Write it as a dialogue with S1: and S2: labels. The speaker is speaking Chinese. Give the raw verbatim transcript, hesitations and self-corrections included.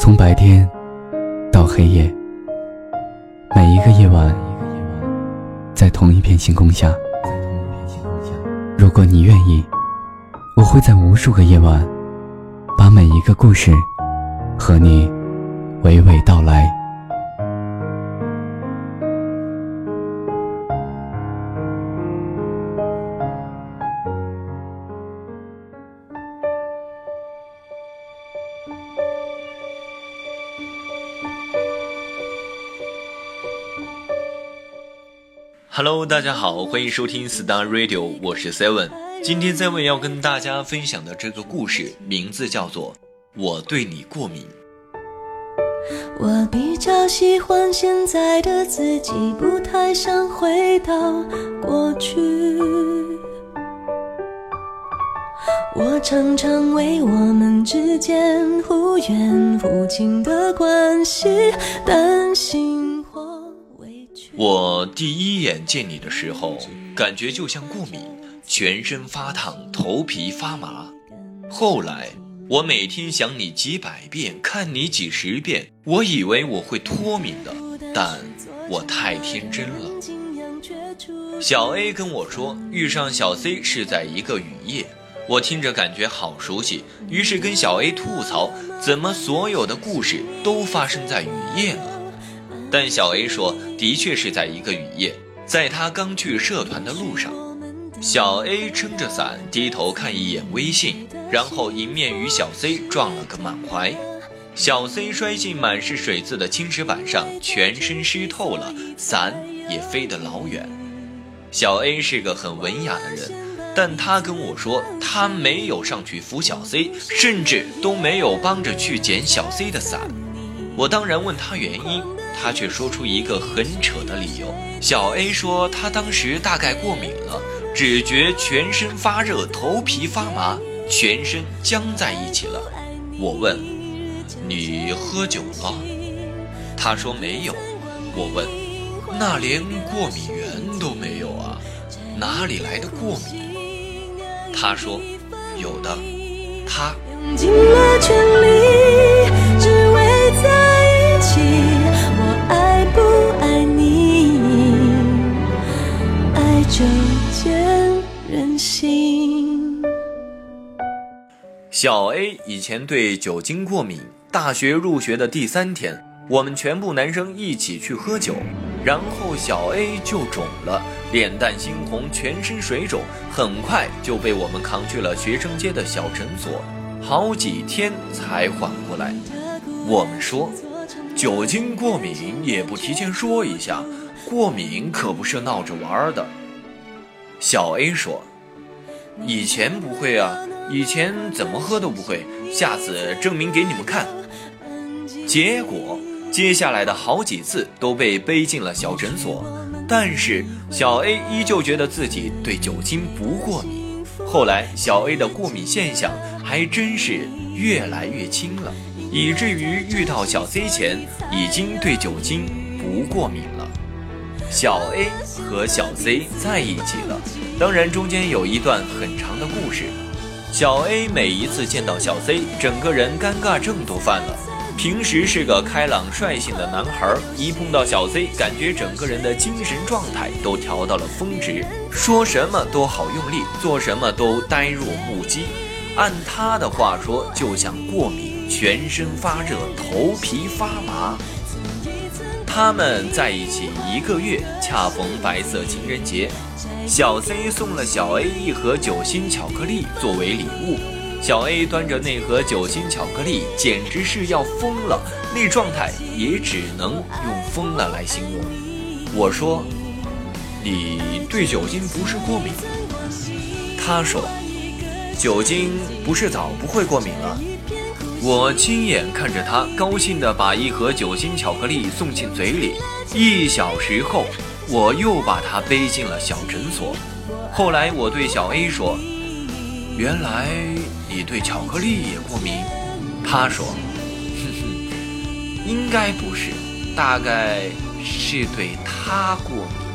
S1: 从白天到黑夜，每一个夜晚，在同一片星空下。如果你愿意，我会在无数个夜晚，把每一个故事和你娓娓道来。
S2: Hello， 大家好，欢迎收听 Star Radio， 我是 Seven。今天 Seven 要跟大家分享的这个故事，名字叫做《我对你过敏》。
S3: 我比较喜欢现在的自己，不太想回到过去。我常常为我们之间忽远忽近的关系担心或委屈。
S2: 我第一眼见你的时候，感觉就像过敏，全身发烫，头皮发麻。后来我每天想你几百遍，看你几十遍，我以为我会脱敏的，但我太天真了。小 A 跟我说，遇上小 C 是在一个雨夜，我听着感觉好熟悉，于是跟小 A 吐槽，怎么所有的故事都发生在雨夜呢？但小 A 说，的确是在一个雨夜，在他刚去社团的路上。小 A 撑着伞，低头看一眼微信，然后迎面与小 C 撞了个满怀。小 C 摔进满是水渍的青石板上，全身湿透了，伞也飞得老远。小 A 是个很文雅的人，但他跟我说，他没有上去扶小 C， 甚至都没有帮着去捡小 C 的伞。我当然问他原因，他却说出一个很扯的理由。小 A 说，他当时大概过敏了，只觉全身发热，头皮发麻，全身僵在一起了。我问，你喝酒了？他说没有。我问，那连过敏源都没有啊，哪里来的过敏？他说有的，他
S3: 用尽了全力，只为在一起。我爱不爱你，爱就见人心。
S2: 小 A 以前对酒精过敏，大学入学的第三天，我们全部男生一起去喝酒，然后小 A 就肿了，脸蛋猩红，全身水肿，很快就被我们扛去了学生街的小诊所，好几天才缓过来。我们说，酒精过敏也不提前说一下，过敏可不是闹着玩的。小 A 说，以前不会啊，以前怎么喝都不会，下次证明给你们看。结果接下来的好几次都被背进了小诊所，但是小 A 依旧觉得自己对酒精不过敏。后来小 A 的过敏现象还真是越来越轻了，以至于遇到小 C 前已经对酒精不过敏了。小 A 和小 C 在一起了，当然中间有一段很长的故事。小 A 每一次见到小 C， 整个人尴尬症都犯了。平时是个开朗率性的男孩，一碰到小 C， 感觉整个人的精神状态都调到了峰值，说什么都好用力，做什么都呆若木鸡。按他的话说，就像过敏，全身发热，头皮发麻。他们在一起一个月，恰逢白色情人节，小 C 送了小 A 一盒酒心巧克力作为礼物。小 A 端着那盒酒心巧克力，简直是要疯了，那状态也只能用疯了来形容。我说，你对酒精不是过敏？他说，酒精不是早不会过敏了。我亲眼看着他高兴地把一盒酒心巧克力送进嘴里，一小时后，我又把他背进了小诊所。后来我对小 A 说，原来你对巧克力也过敏？他说，哼哼，应该不是，大概是对他过敏。